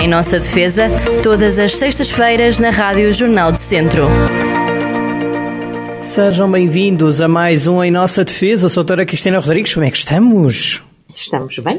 Em nossa defesa, todas as sextas-feiras na Rádio Jornal do Centro. Sejam bem-vindos a mais um Em Nossa Defesa. Sou a doutora Cristina Rodrigues. Como é que estamos? Estamos bem,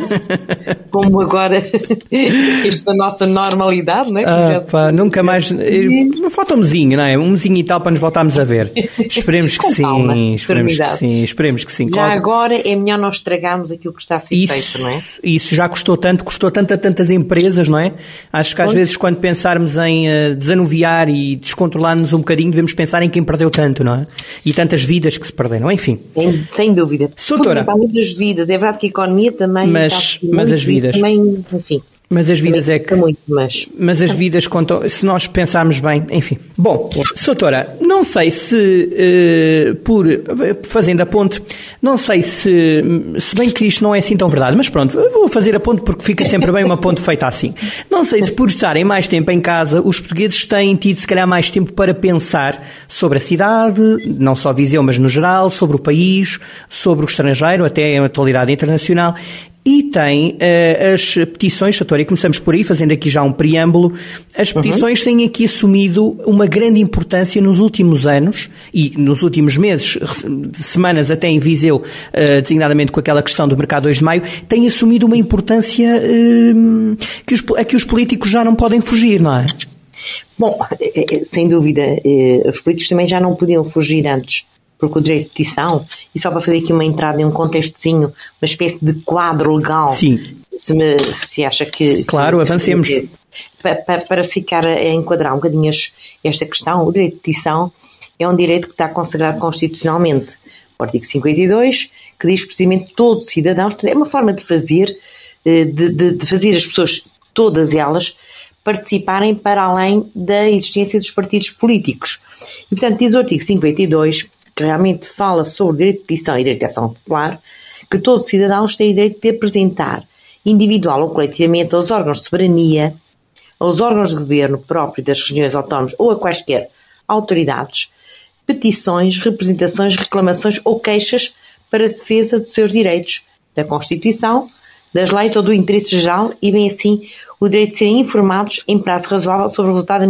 como agora esta nossa normalidade, não é? Nunca mais. Não falta um mesinho, não é? Um mesinho e tal para nos voltarmos a ver. Esperemos que sim. Esperemos que sim. Já claro. Agora é melhor não estragarmos aquilo que está a ser feito, não é? Isso já custou tanto a tantas empresas, não é? Acho que às vezes quando pensarmos em desanuviar e descontrolar-nos um bocadinho, devemos pensar em quem perdeu tanto, não é? E tantas vidas que se perderam, enfim. Sem dúvida. Doutora, muitas vidas, é verdade que a economia também mas as vidas também, enfim, mas as vidas é que muito, mas as vidas contam, se nós pensarmos bem, enfim. Bom, doutora, não sei se fazendo a ponte, não sei se bem que isto não é assim tão verdade, mas pronto, vou fazer a ponte porque fica sempre bem uma ponte feita assim. Não sei se por estarem mais tempo em casa, os portugueses têm tido se calhar mais tempo para pensar sobre a cidade, não só Viseu, mas no geral, sobre o país, sobre o estrangeiro, até a atualidade internacional. E tem as petições, doutora, e começamos por aí, fazendo aqui já um preâmbulo. As petições têm aqui assumido uma grande importância nos últimos anos e nos últimos meses, semanas até em Viseu, designadamente com aquela questão do mercado 2 de maio, têm assumido uma importância a que os políticos já não podem fugir, não é? Bom, sem dúvida, os políticos também já não podiam fugir antes. Porque o direito de petição, e só para fazer aqui uma entrada em um contextozinho, uma espécie de quadro legal, sim. Se acha que... Claro, avancemos. Para ficar a enquadrar um bocadinho esta questão, o direito de petição é um direito que está consagrado constitucionalmente. O artigo 52, que diz precisamente que todos os cidadãos, é uma forma de fazer, de fazer as pessoas, todas elas, participarem para além da existência dos partidos políticos. E, portanto, diz o artigo 52... que realmente fala sobre o direito de petição e direito de ação popular, que todos os cidadãos têm o direito de apresentar, individual ou coletivamente, aos órgãos de soberania, aos órgãos de governo próprio das regiões autónomas ou a quaisquer autoridades, petições, representações, reclamações ou queixas para a defesa dos seus direitos, da Constituição, das leis ou do interesse geral e, bem assim, o direito de serem informados em prazo razoável sobre o resultado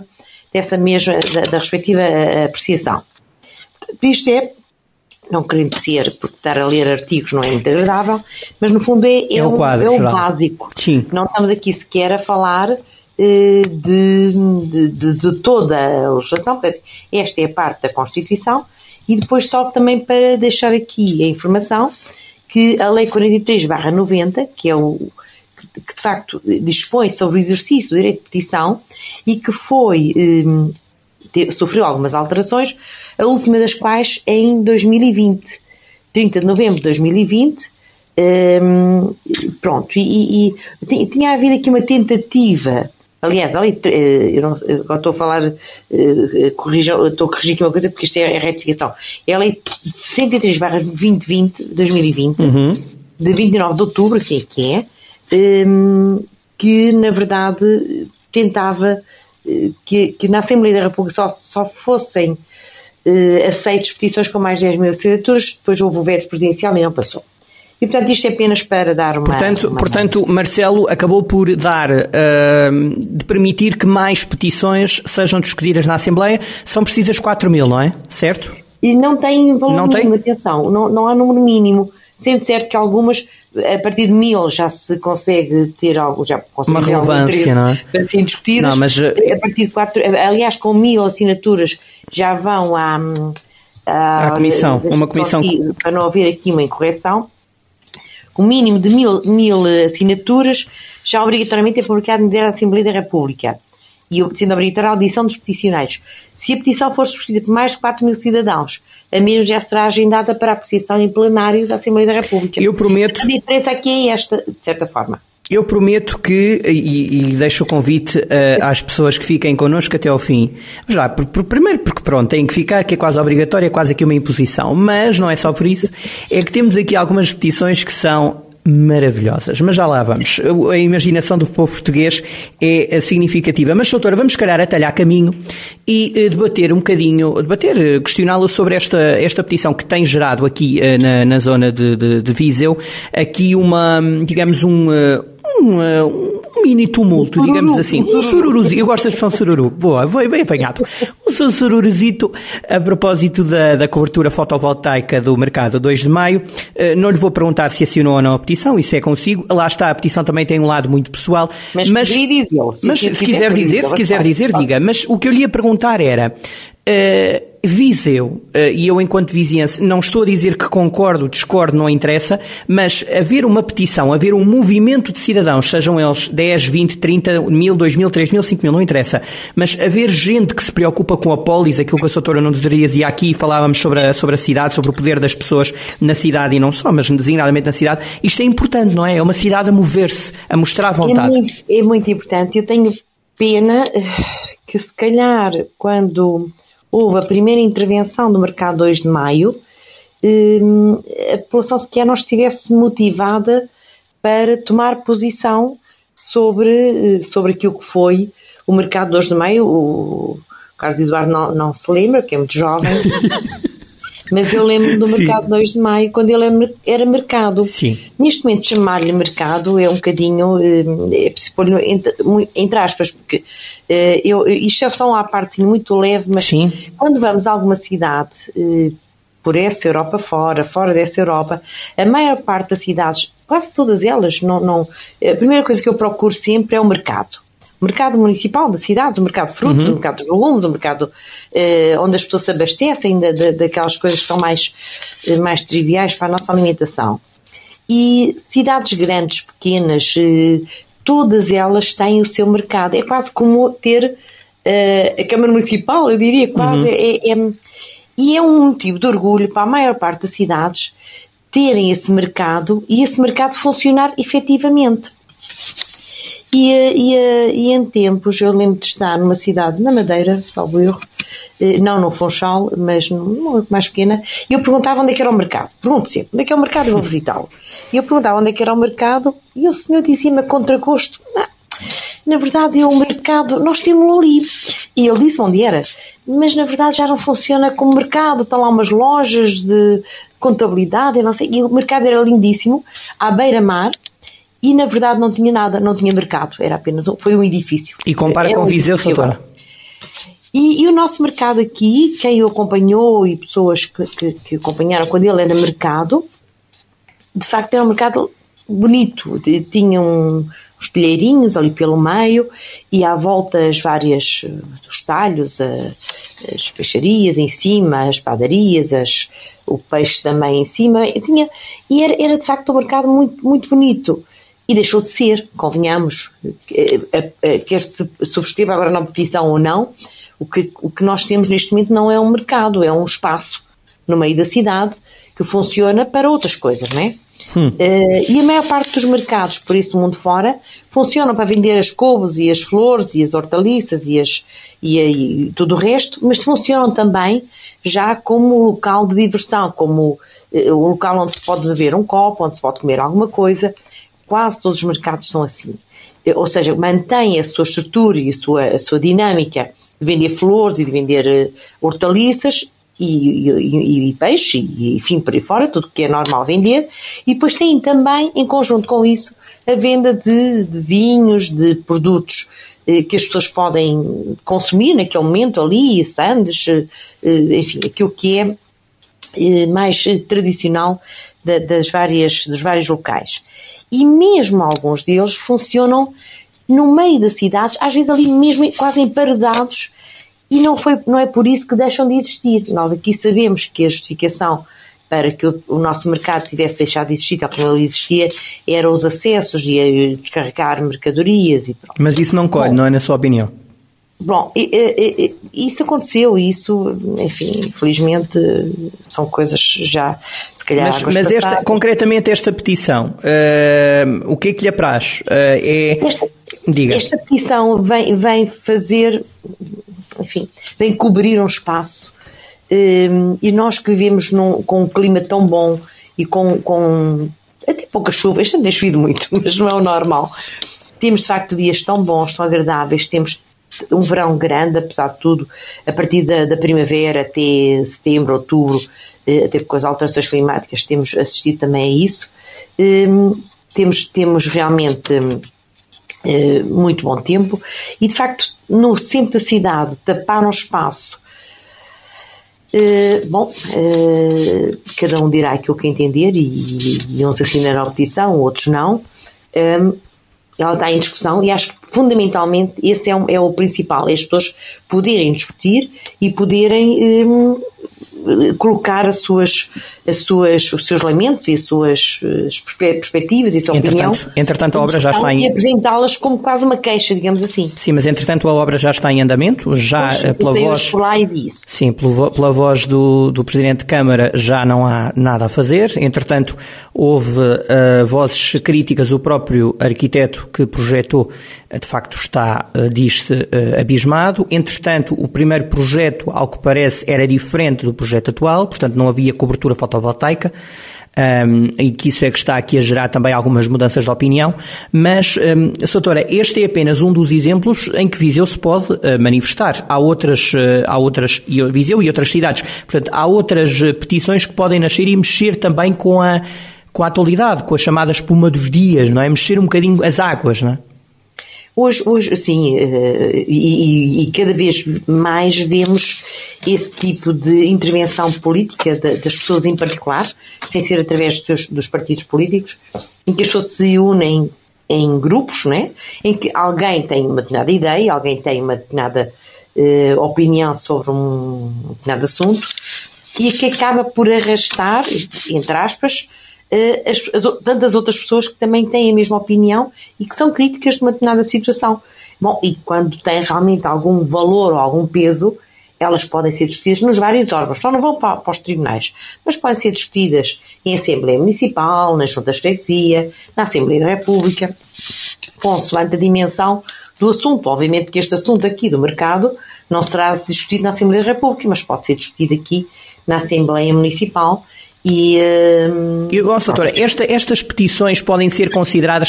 da respectiva apreciação. Isto é, não querendo ser, porque estar a ler artigos não é muito agradável, mas no fundo é o básico. Sim. Não estamos aqui sequer a falar de toda a legislação, portanto, esta é a parte da Constituição, e depois só também para deixar aqui a informação que a Lei 43/90, que é que de facto dispõe sobre o exercício do direito de petição e que sofreu algumas alterações, a última das quais é em 2020, 30 de novembro de 2020, pronto, e tinha havido aqui uma tentativa, aliás, eu estou a falar, estou a corrigir aqui uma coisa porque isto é a retificação, é a lei 63/2020, de 29 de outubro, assim que é, que na verdade tentava que na Assembleia da República só fossem aceites petições com mais de 10 mil assinaturas, depois houve o veto presidencial e não passou. E, portanto, isto é apenas para dar uma... Portanto, Marcelo acabou por de permitir que mais petições sejam discutidas na Assembleia. São precisas 4 mil, não é? Certo? E não tem valor mínimo, atenção, não há número mínimo. Sendo certo que algumas, a partir de 1000 já se consegue ter algo, já consegue uma relevância, não é? Para serem discutidas. Não, mas... A partir de 4, aliás, com 1000 assinaturas já vão à comissão, uma comissão. Para não haver aqui uma incorreção, o mínimo de 1000 assinaturas já obrigatoriamente é publicado no Diário da Assembleia da República. E sendo obrigatória a audição dos peticionários. Se a petição for subscrita por mais de 4 mil cidadãos, a mesma já será agendada para apreciação em plenário da Assembleia da República. Eu prometo... A diferença aqui é esta, de certa forma. Eu prometo que, e deixo o convite às pessoas que fiquem connosco até ao fim, já, primeiro porque pronto, têm que ficar, que é quase obrigatório, é quase aqui uma imposição, mas não é só por isso, é que temos aqui algumas petições que são maravilhosas, mas já lá vamos. A imaginação do povo português é significativa. Mas, doutora, vamos se calhar atalhar caminho e debater um bocadinho, questioná-lo sobre esta petição que tem gerado aqui na zona de Viseu, aqui digamos um mini tumulto, digamos assim. Um sururuzito. Eu gosto da expressão sururu. Boa, bem apanhado. Um sururuzito a propósito da cobertura fotovoltaica do mercado 2 de maio. Não lhe vou perguntar se assinou ou não a petição, isso é consigo. Lá está, a petição também tem um lado muito pessoal. Mas se quiser dizer, diga. Mas o que eu lhe ia perguntar era... Viseu, e eu enquanto viziense não estou a dizer que concordo, discordo, não interessa, mas haver uma petição, haver um movimento de cidadãos, sejam eles 10, 20, 30 mil, 2 mil, 3 mil, 5 mil, não interessa, mas haver gente que se preocupa com a polis, aquilo que a doutora Nunes dizia aqui, falávamos sobre a cidade, sobre o poder das pessoas na cidade e não só, mas designadamente na cidade, isto é importante, não é? É uma cidade a mover-se, a mostrar vontade. É muito importante. Eu tenho pena que se calhar quando houve a primeira intervenção do mercado 2 de maio, a população sequer não estivesse motivada para tomar posição sobre aquilo que foi o mercado 2 de maio. O Carlos Eduardo não se lembra, porque é muito jovem, mas eu lembro do mercado 2 de maio, quando ele era mercado. Sim. Neste momento, chamar-lhe mercado é um bocadinho, é preciso pôr entre aspas, porque isto é só uma parte muito leve, mas sim, quando vamos a alguma cidade, por essa Europa fora dessa Europa, a maior parte das cidades, quase todas elas, a primeira coisa que eu procuro sempre é o mercado. O mercado municipal da cidade, o mercado de frutos, o mercado dos legumes, o mercado onde as pessoas se abastecem daquelas coisas que são mais triviais para a nossa alimentação. E cidades grandes, pequenas, todas elas têm o seu mercado. É quase como ter a Câmara Municipal, eu diria, quase. E é um motivo de orgulho para a maior parte das cidades terem esse mercado e esse mercado funcionar efetivamente. E em tempos, eu lembro de estar numa cidade na Madeira, salvo erro, não no Funchal, mas numa mais pequena, e eu perguntava onde é que era o mercado. Pergunto sempre, onde é que é o mercado? Eu vou visitá-lo. E eu perguntava onde é que era o mercado, e o senhor dizia-me a contragosto, na verdade é o mercado, nós temos ali. E ele disse onde era, mas na verdade já não funciona como mercado, estão lá umas lojas de contabilidade, e não sei, e o mercado era lindíssimo, à beira-mar, e na verdade não tinha nada, não tinha mercado, era apenas foi um edifício. E compara com Viseu, doutora? E o nosso mercado aqui, quem o acompanhou e pessoas que acompanharam quando ele era mercado, de facto era um mercado bonito, tinham os telheirinhos ali pelo meio e à volta os talhos, as peixarias em cima, as padarias, o peixe também em cima, e era de facto um mercado muito, muito bonito. E deixou de ser, convenhamos, quer se subscreva agora na petição ou não, o que nós temos neste momento não é um mercado, é um espaço no meio da cidade que funciona para outras coisas, não é? E a maior parte dos mercados, por esse mundo fora, funcionam para vender as couves e as flores e as hortaliças e tudo o resto, mas funcionam também já como local de diversão, como o local onde se pode beber um copo, onde se pode comer alguma coisa. Quase todos os mercados são assim. Ou seja, mantém a sua estrutura e a sua dinâmica de vender flores e de vender hortaliças e peixe, e enfim, por aí fora, tudo que é normal vender. E depois tem também, em conjunto com isso, a venda de vinhos, de produtos que as pessoas podem consumir naquele momento ali, sandes, enfim, aquilo que é mais tradicional dos vários locais. E mesmo alguns deles funcionam no meio das cidades, às vezes ali mesmo quase emparedados, e não é por isso que deixam de existir. Nós aqui sabemos que a justificação para que o nosso mercado tivesse deixado de existir, tal como ele existia, eram os acessos e a descarregar mercadorias e pronto. Mas isso não colhe, não é na sua opinião? Bom, isso aconteceu, isso, enfim, infelizmente são coisas já, se calhar... Mas concretamente esta petição, o que é que lhe apraz? Diga. Esta petição vem fazer, enfim, vem cobrir um espaço, e nós que vivemos com um clima tão bom e com até pouca chuva, este ano tem chovido muito, mas não é o normal. Temos de facto dias tão bons, tão agradáveis, temos um verão grande, apesar de tudo, a partir da primavera até setembro, outubro, até com as alterações climáticas, temos assistido também a isso. Temos realmente muito bom tempo, e de facto no centro da cidade taparam espaço. Cada um dirá aquilo que entender, e uns assinarão a petição, outros não. Ela está em discussão, e acho que fundamentalmente esse é o principal, é as pessoas poderem discutir e poderem colocar os seus lamentos e as suas perspectivas e a sua opinião. Entretanto, a obra já está e apresentá-las como quase uma queixa, digamos assim. Sim, mas entretanto a obra já está em andamento, pela voz do Presidente de Câmara já não há nada a fazer. Entretanto, houve vozes críticas, o próprio arquiteto que projetou de facto está, diz-se, abismado. Entretanto, o primeiro projeto, ao que parece, era diferente do projeto atual, portanto não havia cobertura fotovoltaica, e que isso é que está aqui a gerar também algumas mudanças de opinião. Mas, Sra. Doutora, este é apenas um dos exemplos em que Viseu se pode manifestar. Há outras, Viseu e outras cidades, portanto há outras petições que podem nascer e mexer também com a atualidade, com a chamada espuma dos dias, não é? Mexer um bocadinho as águas, não é? Hoje sim, e cada vez mais vemos esse tipo de intervenção política das pessoas em particular, sem ser através dos partidos políticos, em que as pessoas se unem em grupos, não é? Em que alguém tem uma determinada ideia, alguém tem uma determinada opinião sobre um determinado assunto, e que acaba por arrastar, entre aspas, tantas outras pessoas que também têm a mesma opinião e que são críticas de uma determinada situação. Bom, e quando tem realmente algum valor ou algum peso, elas podem ser discutidas nos vários órgãos, só não vão para os tribunais, mas podem ser discutidas em Assembleia Municipal, nas Juntas de Freguesia, na Assembleia da República, consoante a dimensão do assunto. Obviamente que este assunto aqui do mercado não será discutido na Assembleia da República, mas pode ser discutido aqui na Assembleia Municipal. Doutora, estas petições podem ser consideradas,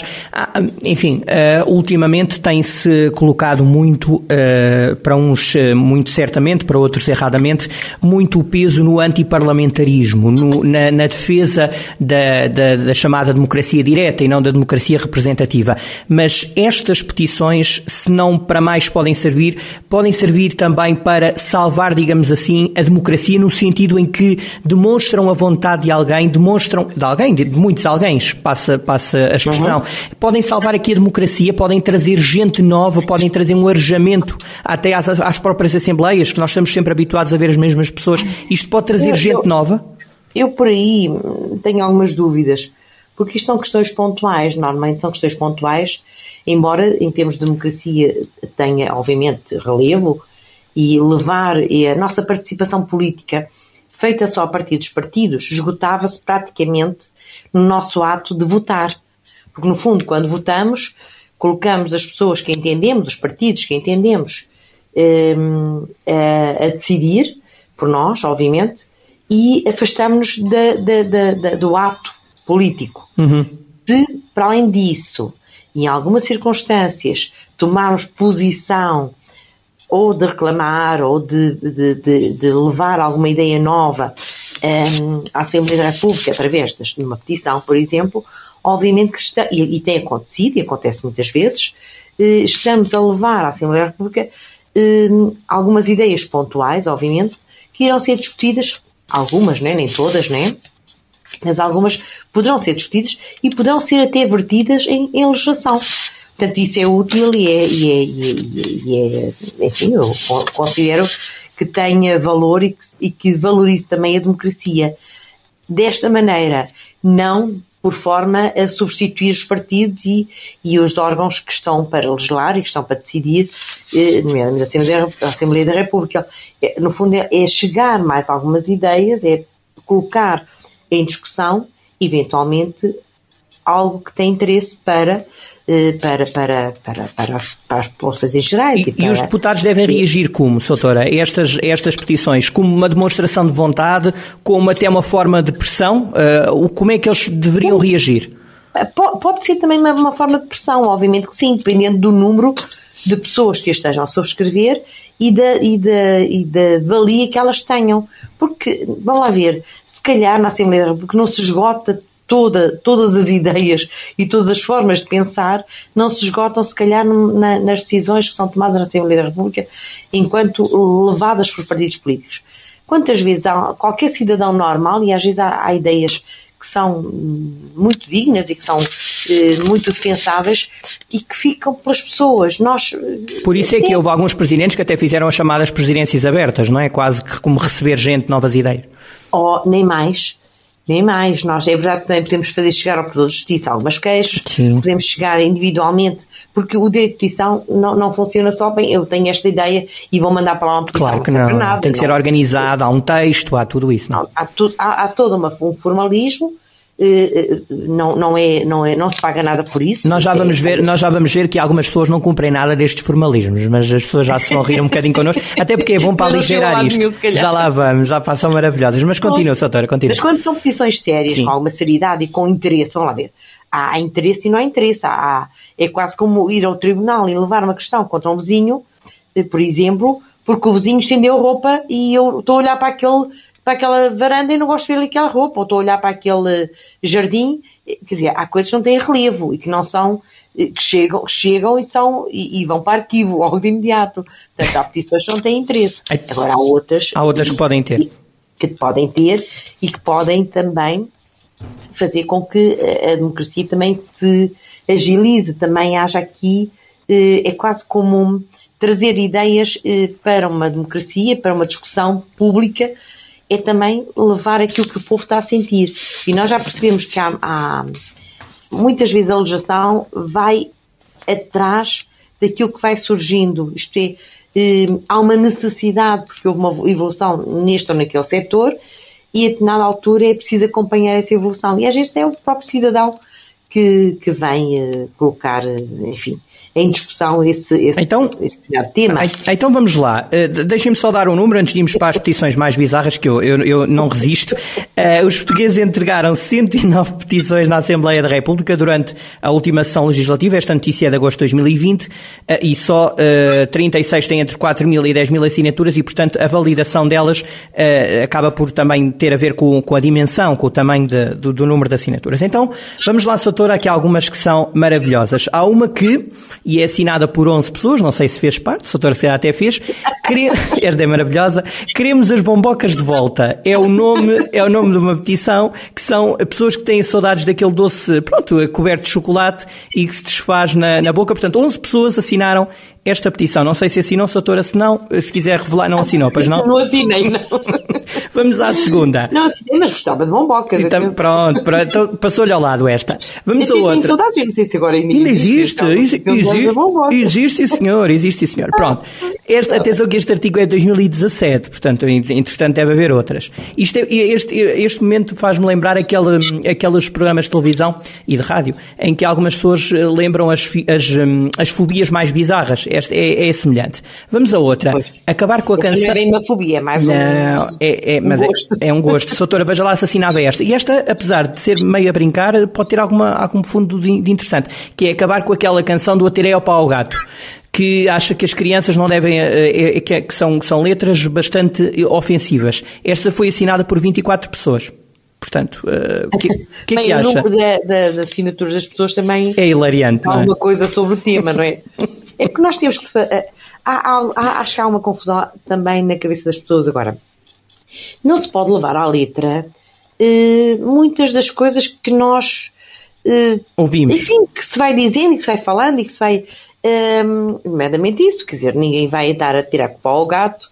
ultimamente tem-se colocado muito, para uns muito certamente, para outros erradamente, muito peso no antiparlamentarismo, na defesa da chamada democracia direta e não da democracia representativa. Mas estas petições, se não para mais podem servir também para salvar, digamos assim, a democracia, no sentido em que demonstram a vontade de alguém, de muitos alguém, passa a expressão, podem salvar aqui a democracia, podem trazer gente nova, podem trazer um arejamento até às próprias assembleias, que nós estamos sempre habituados a ver as mesmas pessoas. Isto pode trazer gente nova? Eu por aí tenho algumas dúvidas, porque isto são questões pontuais, normalmente são questões pontuais, embora em termos de democracia tenha obviamente relevo, e levar a nossa participação política feita só a partir dos partidos, esgotava-se praticamente no nosso ato de votar. Porque, no fundo, quando votamos, colocamos as pessoas que entendemos, os partidos que entendemos, a decidir, por nós, obviamente, e afastamos-nos do ato político. Se, para além disso, em algumas circunstâncias, tomarmos posição ou de reclamar, ou de levar alguma ideia nova à Assembleia da República, através de uma petição, por exemplo, obviamente que e tem acontecido, e acontece muitas vezes, estamos a levar à Assembleia da República algumas ideias pontuais, obviamente, que irão ser discutidas, algumas, nem todas, mas algumas poderão ser discutidas e poderão ser até vertidas em legislação. Portanto, isso é útil enfim, eu considero que tenha valor e que valorize também a democracia. Desta maneira, não por forma a substituir os partidos e os órgãos que estão para legislar e que estão para decidir, nomeadamente a Assembleia da República. No fundo, é chegar mais algumas ideias, é colocar em discussão, eventualmente, algo que tem interesse para as populações em gerais. E os deputados devem reagir como, Sra. Doutora, estas petições? Como uma demonstração de vontade, como até uma forma de pressão? Como é que eles deveriam reagir? Pode ser também uma forma de pressão, obviamente que sim, dependendo do número de pessoas que estejam a subscrever e da valia que elas tenham. Porque, vamos lá ver, se calhar na Assembleia da República não se esgota todas as ideias e todas as formas de pensar não se esgotam, se calhar, nas decisões que são tomadas na Assembleia da República enquanto levadas por partidos políticos. Quantas vezes há qualquer cidadão normal, e às vezes há ideias que são muito dignas e que são muito defensáveis e que ficam pelas pessoas. Por isso é que houve alguns presidentes que até fizeram as chamadas presidências abertas, não é? Quase que como receber gente, novas ideias. Nem mais. Nós, é verdade que também podemos fazer chegar ao Provedor de Justiça algumas queixas, Sim. Podemos chegar individualmente, porque o direito de petição não funciona só bem, eu tenho esta ideia e vou mandar para lá uma petição. Claro que não, nada, tem que ser organizado, há um texto, há tudo isso. Não? Há todo um formalismo, não se paga nada por isso. Nós já vamos ver que algumas pessoas não cumprem nada destes formalismos, mas as pessoas já se vão rir um bocadinho connosco, até porque é bom para aligeirar isto. Já lá vamos, já passam maravilhosas, mas continua, Soutora, continua. Mas quando são petições sérias, Sim. com alguma seriedade e com interesse, vamos lá ver, há interesse e não há interesse, é quase como ir ao tribunal e levar uma questão contra um vizinho, por exemplo, porque o vizinho estendeu roupa e eu estou a olhar para aquela varanda e não gosto de ver aquela roupa, ou estou a olhar para aquele jardim, quer dizer, há coisas que não têm relevo e que não são, que chegam e vão para arquivo logo de imediato. Portanto, há petições que não têm interesse. Agora há outras que podem ter. Que podem ter e que podem também fazer com que a democracia também se agilize, também haja aqui, é quase como trazer ideias para uma democracia, para uma discussão pública, é também levar aquilo que o povo está a sentir. E nós já percebemos que há muitas vezes a legislação vai atrás daquilo que vai surgindo. Isto é, há uma necessidade, porque houve uma evolução neste ou naquele setor, e a determinada altura é preciso acompanhar essa evolução. E às vezes é o próprio cidadão que vem colocar, enfim, em discussão esse tema. Então vamos lá. Deixem-me só dar um número antes de irmos para as petições mais bizarras, que eu não resisto. Os portugueses entregaram 109 petições na Assembleia da República durante a última sessão legislativa. Esta notícia é de agosto de 2020 e só 36 têm entre 4.000 e 10.000 assinaturas e, portanto, a validação delas acaba por também ter a ver com a dimensão, com o tamanho do número de assinaturas. Então, vamos lá, Soutora, aqui há algumas que são maravilhosas. Há uma que e é assinada por 11 pessoas, não sei se fez parte, a Soutora se até fez. Esta é maravilhosa. Queremos as bombocas de volta. É o nome de uma petição, que são pessoas que têm saudades daquele doce, coberto de chocolate e que se desfaz na boca. Portanto, 11 pessoas assinaram esta petição. Não sei se assinou, Soutora, se não, se quiser revelar, não assinou, pois não? Não assinei, não. Vamos à segunda. Não assinei, mas gostava de bombocas. Então, pronto, passou-lhe ao lado esta. Vamos a outra. Tenho saudades, eu não sei se agora ainda existe. Existe, senhor. Pronto. Atenção que este artigo é de 2017, portanto, entretanto deve haver outras. Este momento faz-me lembrar aqueles programas de televisão e de rádio em que algumas pessoas lembram as fobias mais bizarras. Esta é semelhante. Vamos a outra. Pois. Acabar com a canção. Não é bem uma fobia, é mais mas é um gosto. Soutora, veja lá, assassinava esta. E esta, apesar de ser meio a brincar, pode ter algum fundo de interessante, que é acabar com aquela canção do Atirei ao Pau ao Gato, que acha que as crianças não devem, que são letras bastante ofensivas. Esta foi assinada por 24 pessoas. Portanto, o que é que acha? O número das assinaturas das pessoas também é hilariante. Há alguma coisa sobre o tema, não é? É porque nós temos que... Acho que há uma confusão também na cabeça das pessoas agora. Não se pode levar à letra muitas das coisas que nós ouvimos. Enfim, que se vai dizendo e que se vai falando e que se vai... Nomeadamente isso, quer dizer, ninguém vai dar a tirar com o pau ao gato.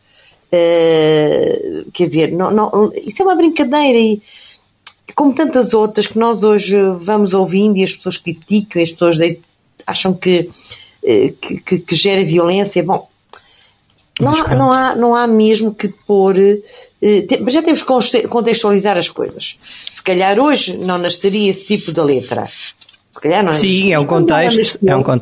Quer dizer, não, isso é uma brincadeira e como tantas outras que nós hoje vamos ouvindo e as pessoas criticam, as pessoas acham que gera violência. Bom, não há mesmo que pôr... já temos que contextualizar as coisas. Se calhar hoje não nasceria esse tipo de letra. Se calhar não é. Sim, é um contexto.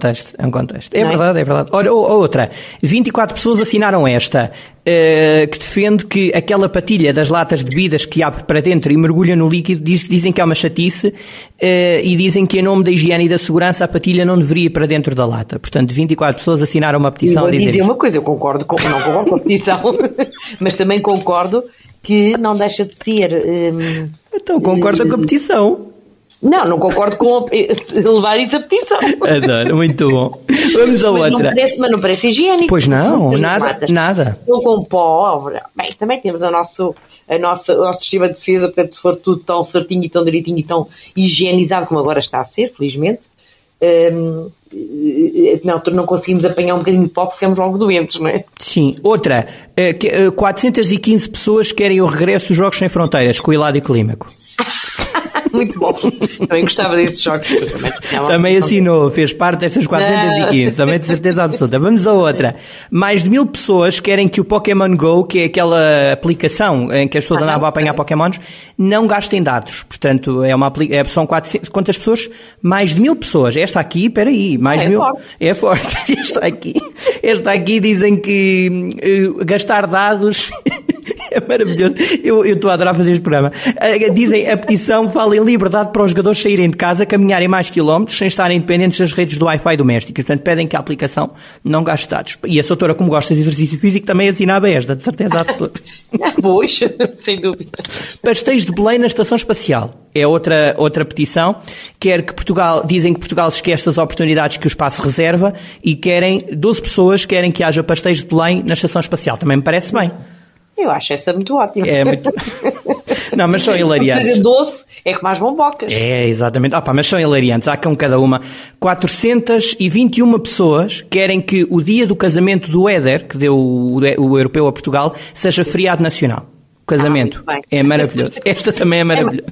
É verdade. Ora, outra. 24 pessoas assinaram esta, que defende que aquela patilha das latas de bebidas que abre para dentro e mergulha no líquido, dizem que é uma chatice, e dizem que em nome da higiene e da segurança a patilha não deveria ir para dentro da lata. Portanto, 24 pessoas assinaram uma petição a dizer dizer uma coisa, eu não concordo com a petição, mas também concordo que não deixa de ser... Então, concorda com a petição. Não concordo com levar isso a petição. Adoro, muito bom. Vamos a outra. Mas não parece higiênico. Pois não, nada. Ou com pó. Bem, também temos o nosso sistema de defesa, portanto, se for tudo tão certinho e tão direitinho e tão higienizado como agora está a ser, felizmente, não conseguimos apanhar um bocadinho de pó porque ficamos logo doentes, não é? Sim. Outra, 415 pessoas querem o regresso dos Jogos Sem Fronteiras com o Hilário Clímaco. Muito bom. Também gostava desses jogos. Também assinou, fez parte destas 415, também de certeza absoluta. Vamos a outra. Mais de 1000 pessoas querem que o Pokémon Go, que é aquela aplicação em que as pessoas andavam a apanhar Pokémons, não gastem dados. Portanto, são 400, quantas pessoas? Mais de 1000 pessoas. Esta aqui, espera aí, mais de 1000. É forte. Esta aqui dizem que gastar dados... É maravilhoso. Eu estou a adorar fazer este programa. Dizem, a petição fala em liberdade para os jogadores saírem de casa, caminharem mais quilómetros, sem estarem dependentes das redes do Wi-Fi domésticas. Portanto, pedem que a aplicação não gaste dados. E a Soutora, como gosta de exercício físico, também assinava esta, de certeza absoluta. Pois, sem dúvida. Pastéis de Belém na Estação Espacial. É outra petição. Dizem que Portugal se esquece das oportunidades que o espaço reserva e 12 pessoas querem que haja pastéis de Belém na Estação Espacial. Também me parece bem. Eu acho essa muito ótima. É muito... Não, mas são hilariantes. Ou seja, doce é com mais bombocas. É, exatamente. Mas são hilariantes. Há com cada uma. 421 pessoas querem que o dia do casamento do Éder, que deu o europeu a Portugal, seja feriado nacional. O casamento. É maravilhoso. Esta também é maravilhosa.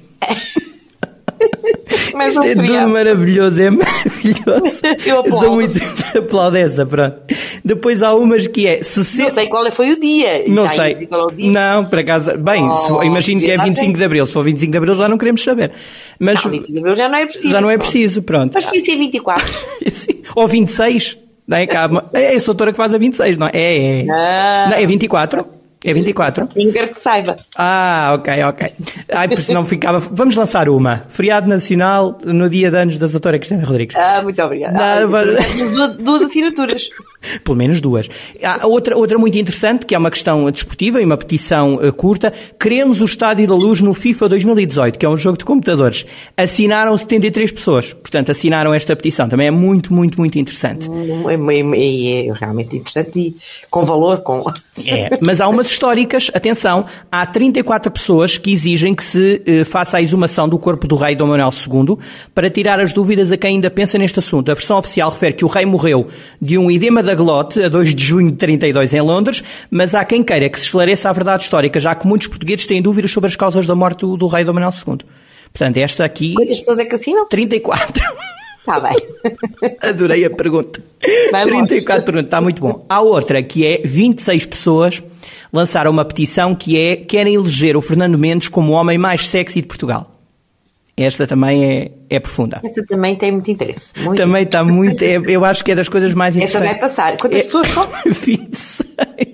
Mas isto é tudo maravilhoso, é maravilhoso. Eu aplaudo. Sou muito aplaudo essa, pronto. Depois há umas que é... Não sei qual foi o dia. Não sei. Qual é o dia? Não, por acaso... Bem, imagino que é 25 de Abril. Se for 25 de Abril já não queremos saber. Mas, não, 25 de Abril já não é preciso. Já não é preciso, pronto. Mas podia ser 24. Ou 26. Não é, é a Soutora que faz a 26, não é? Não, é 24. É 24? Não quero que saiba. Ok. Ai, porque senão ficava... Vamos lançar uma. Feriado Nacional no dia de anos da doutora Cristina Rodrigues. Muito obrigada. Duas assinaturas. Pelo menos duas. Há outra muito interessante, que é uma questão desportiva e uma petição curta. Queremos o Estádio da Luz no FIFA 2018, que é um jogo de computadores. Assinaram 73 pessoas. Portanto, assinaram esta petição. Também é muito, muito, muito interessante. É realmente interessante e com valor. Mas há umas históricas, atenção, há 34 pessoas que exigem que se faça a exumação do corpo do rei Dom Manuel II para tirar as dúvidas a quem ainda pensa neste assunto. A versão oficial refere que o rei morreu de um edema da glote a 2 de junho de 32 em Londres, mas há quem queira que se esclareça a verdade histórica, já que muitos portugueses têm dúvidas sobre as causas da morte do rei Dom Manuel II. Portanto, esta aqui... Quantas pessoas é que assinam? 34. Está bem. Adorei a pergunta. 34 perguntas, está muito bom. Há outra que é 26 pessoas lançaram uma petição que é: querem eleger o Fernando Mendes como o homem mais sexy de Portugal. Esta também é profunda. Essa também tem muito interesse. Também está muito... eu acho que é das coisas mais interessantes. Essa vai passar. Quantas pessoas são? 26.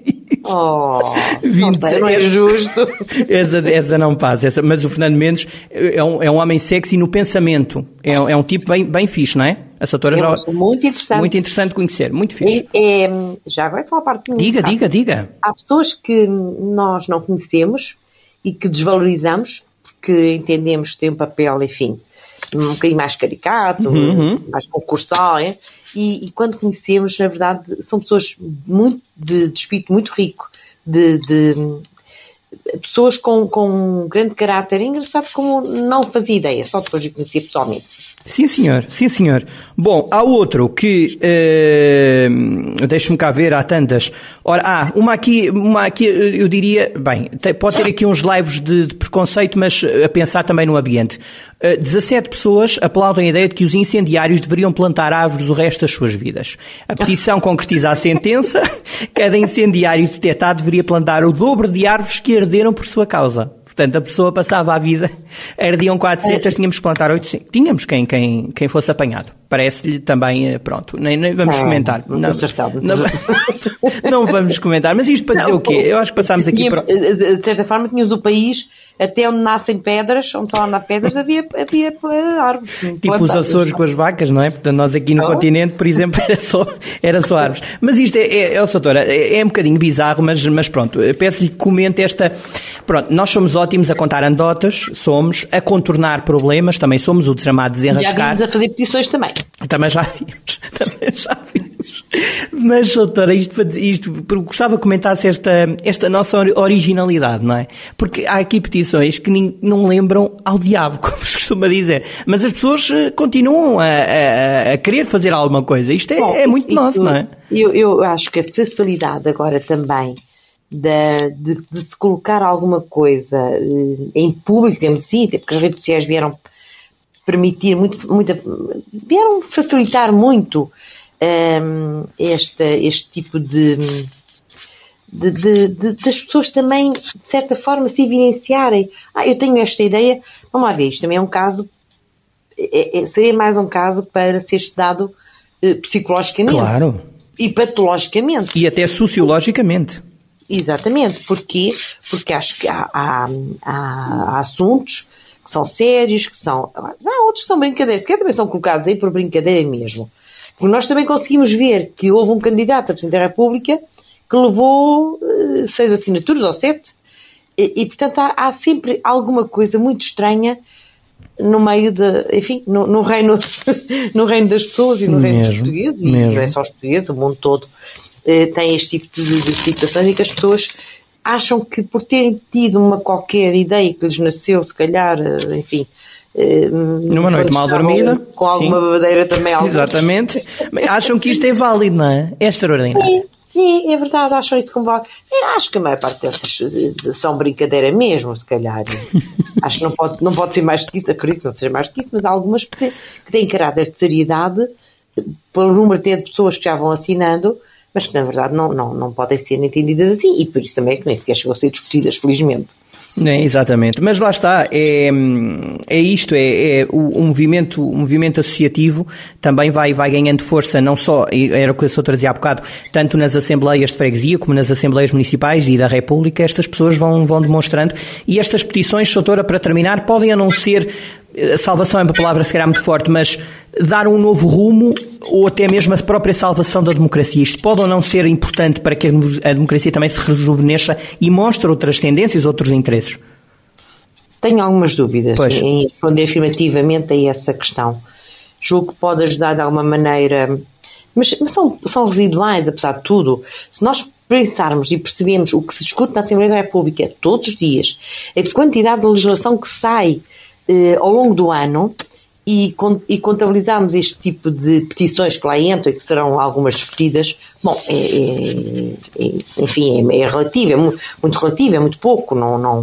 26. Não é justo. Essa não passa. Mas o Fernando Mendes é um homem sexy no pensamento. É um tipo bem fixe, não é? A Soutora já... Muito interessante. Muito interessante conhecer. Muito fixe. Já agora só uma parte... Diga. Há pessoas que nós não conhecemos e que desvalorizamos porque entendemos que tem um papel, enfim, um bocadinho mais caricato, mais concursal, e quando conhecemos, na verdade, são pessoas muito de espírito muito rico, de pessoas com um grande caráter. É engraçado como não fazia ideia, só depois de conhecer pessoalmente. Sim, senhor. Bom, há outro que... deixe-me cá ver, há tantas. Ora, uma aqui, eu diria... Bem, pode ter aqui uns lives de preconceito, mas a pensar também no ambiente. 17 pessoas aplaudem a ideia de que os incendiários deveriam plantar árvores o resto das suas vidas. A petição concretiza a sentença. Cada incendiário detectado deveria plantar o dobro de árvores que arderam por sua causa. Portanto, a pessoa passava a vida, ardiam 400, tínhamos que plantar 800. Tínhamos quem fosse apanhado. Parece-lhe também, pronto, nem vamos comentar. Não vamos comentar, mas isto para dizer o quê? Eu acho que passámos aqui para... De certa forma tínhamos o país, até onde nascem pedras, onde estão na pedras havia árvores. Tipo os Açores com as vacas, não é? Portanto, nós aqui no continente, por exemplo, era só árvores. Mas isto doutora, é um bocadinho bizarro, mas pronto, peço-lhe que comente esta... Pronto, nós somos ótimos a contar anedotas, a contornar problemas, também somos o chamado desenrascar. Já vimos a fazer petições também. Também já vimos. Mas, doutora, gostava que comentasse esta nossa originalidade, não é? Porque há aqui petições que não lembram ao diabo, como se costuma dizer. Mas as pessoas continuam a querer fazer alguma coisa. Isto é muito nosso, não é? Eu acho que a facilidade agora também de se colocar alguma coisa em público, digamos assim, até porque as redes sociais vieram permitir vieram facilitar muito este tipo das pessoas também, de certa forma, se evidenciarem. Eu tenho esta ideia, vamos lá ver, isto também é um caso, seria mais um caso para ser estudado psicologicamente. Claro. E patologicamente. E até sociologicamente. Exatamente. Porquê? Porque acho que há assuntos que são sérios, há outros que são brincadeiras, que também são colocados aí por brincadeira mesmo. Porque nós também conseguimos ver que houve um candidato a Presidente da República que levou 6 assinaturas ou 7, e portanto há sempre alguma coisa muito estranha no meio no reino das pessoas e no reino dos portugueses, e não é só os portugueses, o mundo todo tem este tipo de situações em que as pessoas acham que por terem tido uma qualquer ideia que lhes nasceu, se calhar, numa noite mal dormida, com alguma babadeira também. Exatamente, acham que isto é válido, não é? É extraordinário. Sim, é verdade, acham isso como válido. Acho que a maior parte dessas são brincadeira mesmo, se calhar. Acho que não pode ser mais do que isso, acredito que não seja mais do que isso, mas há algumas que têm caráter de seriedade, pelo número de pessoas que já vão assinando, mas que na verdade não podem ser entendidas assim, e por isso também é que nem sequer chegou a ser discutidas, felizmente. Exatamente, mas lá está, o movimento associativo também vai ganhando força, não só, era o que a doutora dizia há bocado, tanto nas assembleias de freguesia como nas assembleias municipais e da República, estas pessoas vão demonstrando, e estas petições, doutora, para terminar, podem a não ser, a salvação é uma palavra se calhar muito forte, mas dar um novo rumo, ou até mesmo a própria salvação da democracia. Isto pode ou não ser importante para que a democracia também se rejuvenesça e mostre outras tendências, outros interesses? Tenho algumas dúvidas em responder afirmativamente a essa questão. Julgo que pode ajudar de alguma maneira, mas são residuais, apesar de tudo. Se nós pensarmos e percebemos o que se discute na Assembleia da República todos os dias, a quantidade de legislação que sai ao longo do ano, e contabilizarmos este tipo de petições que lá entram e que serão algumas discutidas, é relativo, é muito relativo, é muito pouco,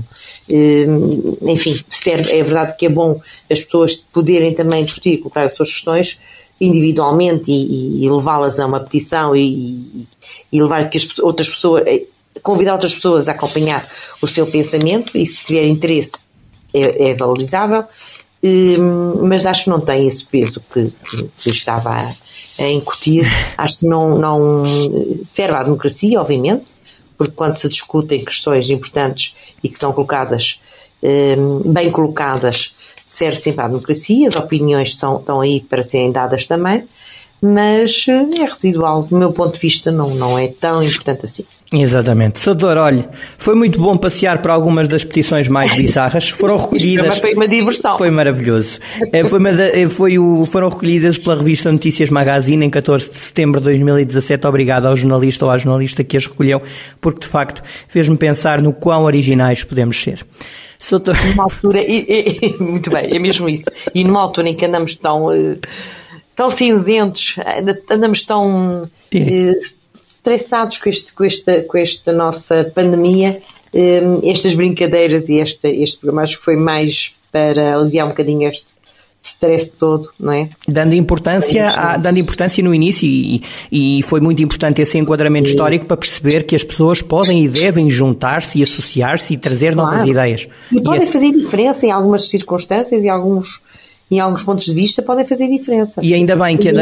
serve, é verdade que é bom as pessoas poderem também discutir e colocar as suas questões individualmente e levá-las a uma petição e levar que outras pessoas, convidar outras pessoas a acompanhar o seu pensamento, e se tiver interesse é valorizável. Mas acho que não tem esse peso que estava a incutir. Acho que não serve à democracia, obviamente, porque quando se discutem questões importantes e que são colocadas, bem colocadas, serve sempre à democracia. As opiniões estão aí para serem dadas também, mas é residual. Do meu ponto de vista, não é tão importante assim. Exatamente. Doutor, olha, foi muito bom passear por algumas das petições mais bizarras. Foram recolhidas. Foi uma diversão. Foi maravilhoso. Foram recolhidas pela revista Notícias Magazine em 14 de setembro de 2017. Obrigado ao jornalista ou à jornalista que as recolheu, porque de facto fez-me pensar no quão originais podemos ser. Numa altura, muito bem, é mesmo isso. E numa altura em que andamos tão cinzentos, andamos tão estressados com esta nossa pandemia, estas brincadeiras e este programa acho que foi mais para aliviar um bocadinho este stress todo, não é? Dando importância no início e foi muito importante esse enquadramento histórico para perceber que as pessoas podem e devem juntar-se e associar-se e trazer novas ideias. E podem fazer diferença em algumas circunstâncias e em alguns pontos de vista, podem fazer diferença. E ainda bem que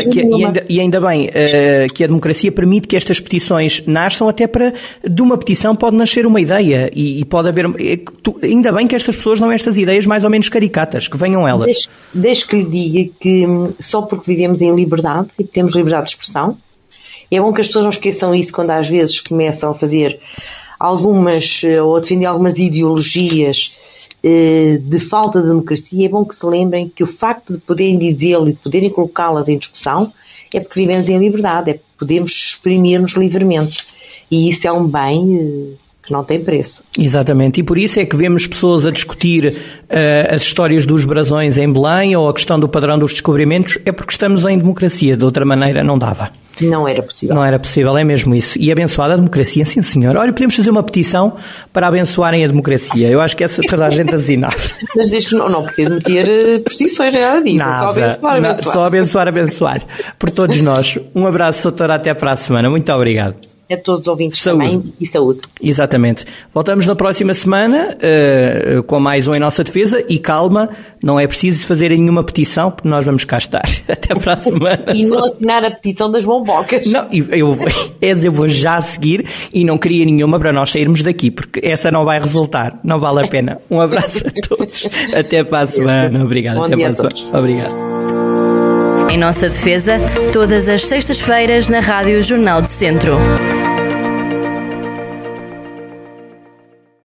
a democracia permite que estas petições nasçam, até de uma petição pode nascer uma ideia e pode haver... Ainda bem que estas pessoas dão estas ideias mais ou menos caricatas, que venham elas. Deixe que lhe diga que só porque vivemos em liberdade e temos liberdade de expressão, é bom que as pessoas não esqueçam isso quando às vezes começam a fazer ou a defender algumas ideologias de falta de democracia. É bom que se lembrem que o facto de poderem dizê-lo e de poderem colocá-las em discussão é porque vivemos em liberdade, é porque podemos exprimir-nos livremente. E isso é um bem que não tem preço. Exatamente, e por isso é que vemos pessoas a discutir as histórias dos brasões em Belém ou a questão do padrão dos descobrimentos, é porque estamos em democracia, de outra maneira não dava. Não era possível. Não era possível, é mesmo isso. E abençoada a democracia, sim senhor. Olha, podemos fazer uma petição para abençoarem a democracia. Eu acho que essa toda a gente assinar. Mas diz que não precisa meter posições, nada disso. Nada, só abençoar. Por todos nós. Um abraço, doutora, até para a semana. Muito obrigado. A todos os ouvintes também, e saúde. Exatamente. Voltamos na próxima semana com mais um Em Nossa Defesa, e calma, não é preciso fazer nenhuma petição, porque nós vamos cá estar. Até para a semana. E não assinar a petição das bombocas. Não, eu vou já seguir, e não queria nenhuma para nós sairmos daqui, porque essa não vai resultar, não vale a pena. Um abraço a todos. Até para a semana. Obrigado. Bom até dia para a semana. Obrigado. Em Nossa Defesa, todas as sextas-feiras na Rádio Jornal do Centro.